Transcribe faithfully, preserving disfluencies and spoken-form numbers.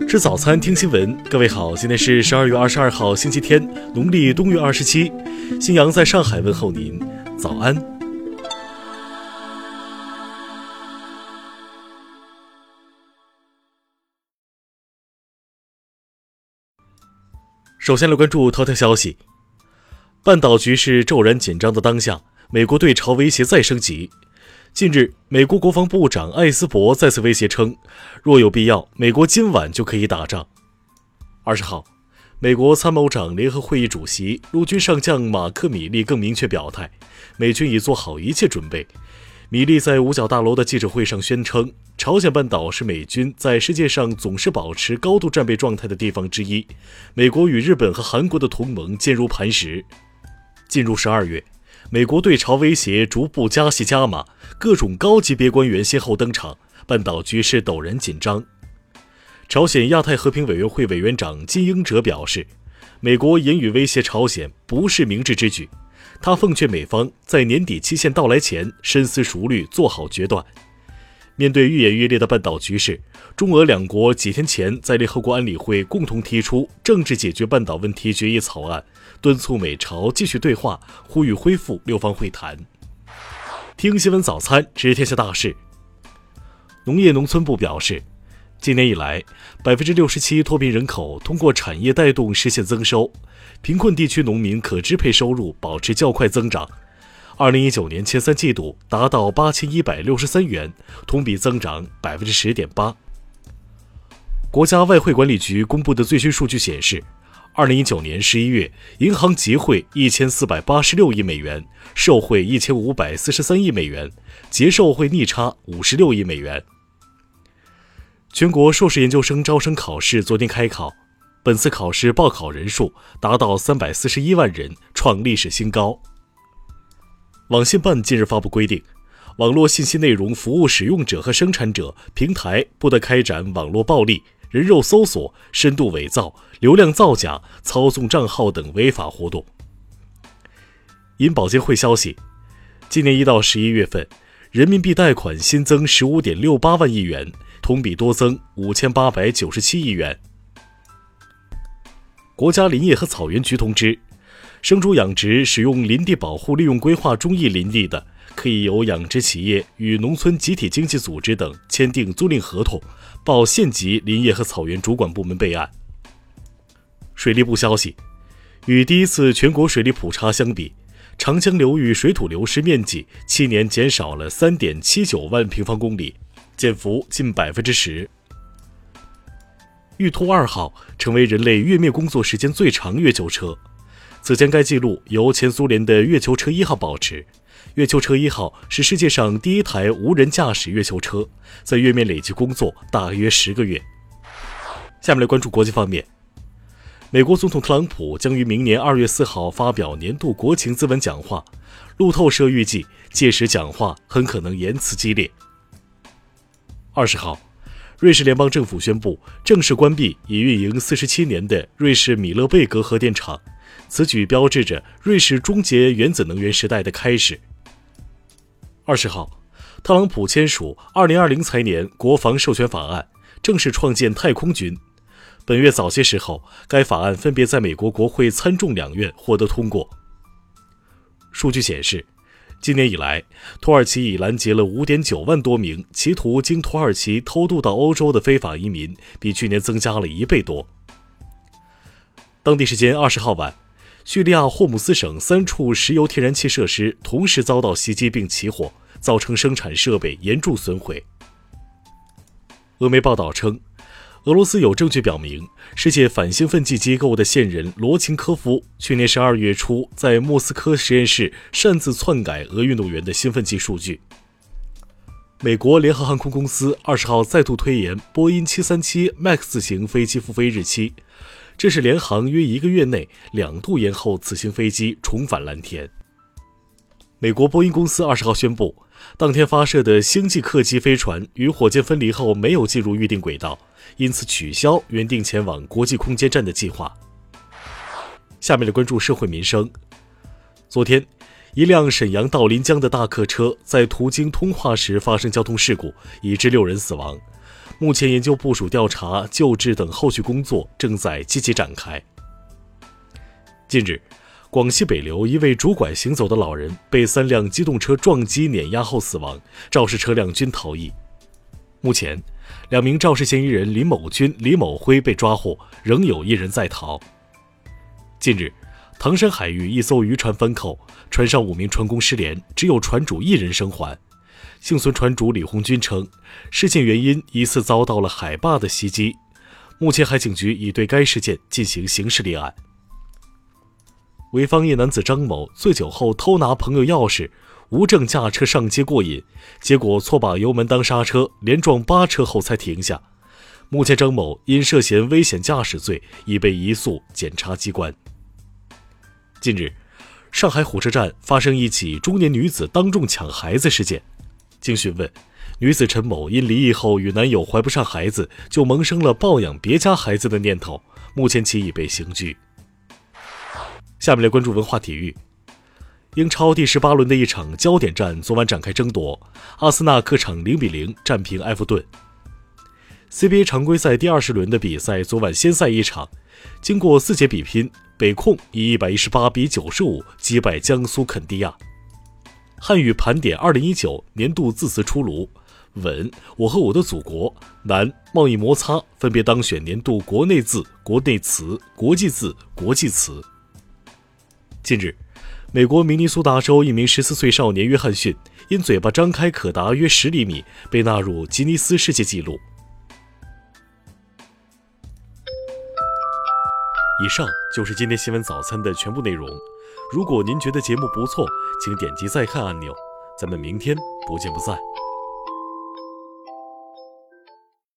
吃早餐，听新闻。各位好，今天是十二月二十二号，星期天，农历冬月二十七。新阳在上海问候您，早安。首先来关注头条消息。半岛局势骤然紧张的当下，美国对朝威胁再升级。近日，美国国防部长艾斯伯再次威胁称，若有必要，美国今晚就可以打仗。二十号，美国参谋长联合会议主席陆军上将马克·米利更明确表态，美军已做好一切准备。米利在五角大楼的记者会上宣称，朝鲜半岛是美军在世界上总是保持高度战备状态的地方之一，美国与日本和韩国的同盟坚如磐石。进入十二月，美国对朝威胁逐步加戏加码，各种高级别官员先后登场，半岛局势陡然紧张。朝鲜亚太和平委员会委员长金英哲表示，美国言语威胁朝鲜不是明智之举，他奉劝美方在年底期限到来前深思熟虑，做好决断。面对愈演愈烈的半岛局势，中俄两国几天前在联合国安理会共同提出政治解决半岛问题决议草案，敦促美朝继续对话，呼吁恢复六方会谈。听新闻早餐，知天下大事。农业农村部表示，今年以来 百分之六十七 脱贫人口通过产业带动实现增收，贫困地区农民可支配收入保持较快增长。二零一九年前三季度达到八千一百六十三元，同比增长 百分之十点八。国家外汇管理局公布的最新数据显示，二零一九年十一月，银行结汇一千四百八十六亿美元，售汇一千五百四十三亿美元，结售汇逆差五十六亿美元。全国硕士研究生招生考试昨天开考，本次考试报考人数达到三百四十一万人，创历史新高。网信办近日发布规定，网络信息内容服务使用者和生产者、平台不得开展网络暴力、人肉搜索、深度伪造、流量造假、操纵账号等违法活动。银保监会消息，今年一到十一月份，人民币贷款新增 十五点六八万亿元，同比多增五千八百九十七亿元。国家林业和草原局通知，生猪养殖使用林地保护利用规划中翼林地的，可以由养殖企业与农村集体经济组织等签订租赁合同，报县级林业和草原主管部门备案。水利部消息，与第一次全国水利普查相比，长江流域水土流失面积七年减少了 三点七九万平方公里，减幅近 百分之十。玉兔二号成为人类月面工作时间最长月球车，此前该纪录由前苏联的月球车一号保持。月球车一号是世界上第一台无人驾驶月球车，在月面累计工作大约十个月。下面来关注国际方面。美国总统特朗普将于明年二月四号发表年度国情咨文讲话，路透社预计届时讲话很可能言辞激烈。二十号，瑞士联邦政府宣布正式关闭已运营四十七年的瑞士米勒贝格核电厂，此举标志着瑞士终结原子能源时代的开始。二十号，特朗普签署二零二零财年国防授权法案，正式创建太空军。本月早些时候，该法案分别在美国国会参众两院获得通过。数据显示，今年以来，土耳其已拦截了 五点九万多名企图经土耳其偷渡到欧洲的非法移民，比去年增加了一倍多。当地时间二十号晚，叙利亚霍姆斯省三处石油天然气设施同时遭到袭击并起火，造成生产设备严重损毁。俄媒报道称，俄罗斯有证据表明，世界反兴奋剂机构的线人罗琴科夫去年十二月初在莫斯科实验室擅自篡改俄运动员的兴奋剂数据。美国联合航空公司二十号再度推延波音七三七 MAX 型飞机复飞日期，这是联航约一个月内两度延后此型飞机重返蓝天。美国波音公司二十号宣布，当天发射的星际客机飞船与火箭分离后没有进入预定轨道，因此取消原定前往国际空间站的计划。下面来关注社会民生。昨天，一辆沈阳到临江的大客车在途经通化时发生交通事故，已致六人死亡。 目前研究部署调查、救治等后续工作正在积极展开。近日，广西北流一位拄拐行走的老人被三辆机动车撞击碾压后死亡，肇事车辆均逃逸。目前，两名肇事嫌疑人林某军、李某辉被抓获，仍有一人在逃。近日，唐山海域一艘渔船翻扣，船上五名船工失联，只有船主一人生还。幸存船主李红军称，事件原因疑似遭到了海霸的袭击。目前海警局已对该事件进行刑事立案。潍坊一男子张某醉酒后偷拿朋友钥匙，无证驾车上街过瘾，结果错把油门当刹车，连撞八车后才停下。目前张某因涉嫌危险驾驶罪已被移送检察机关。近日，上海火车站发生一起中年女子当众抢孩子事件。经询问，女子陈某因离异后与男友怀不上孩子，就萌生了抱养别家孩子的念头，目前其已被刑拘。下面来关注文化体育。英超第十八轮的一场焦点战昨晚展开争夺，阿森纳客场零比零战平埃弗顿。C B A 常规赛第二十轮的比赛昨晚先赛一场，经过四节比拼，北控以一百一十八比九十五击败江苏肯迪亚。汉语盘点二零一九年度字词出炉，稳，我和我的祖国，难，贸易摩擦分别当选年度国内字、国内词、国际字、国际词。近日，美国明尼苏达州一名十四岁少年约翰逊因嘴巴张开可达约十厘米，被纳入吉尼斯世界纪录。以上就是今天新闻早餐的全部内容。如果您觉得节目不错，请点击再看按钮。咱们明天不见不散。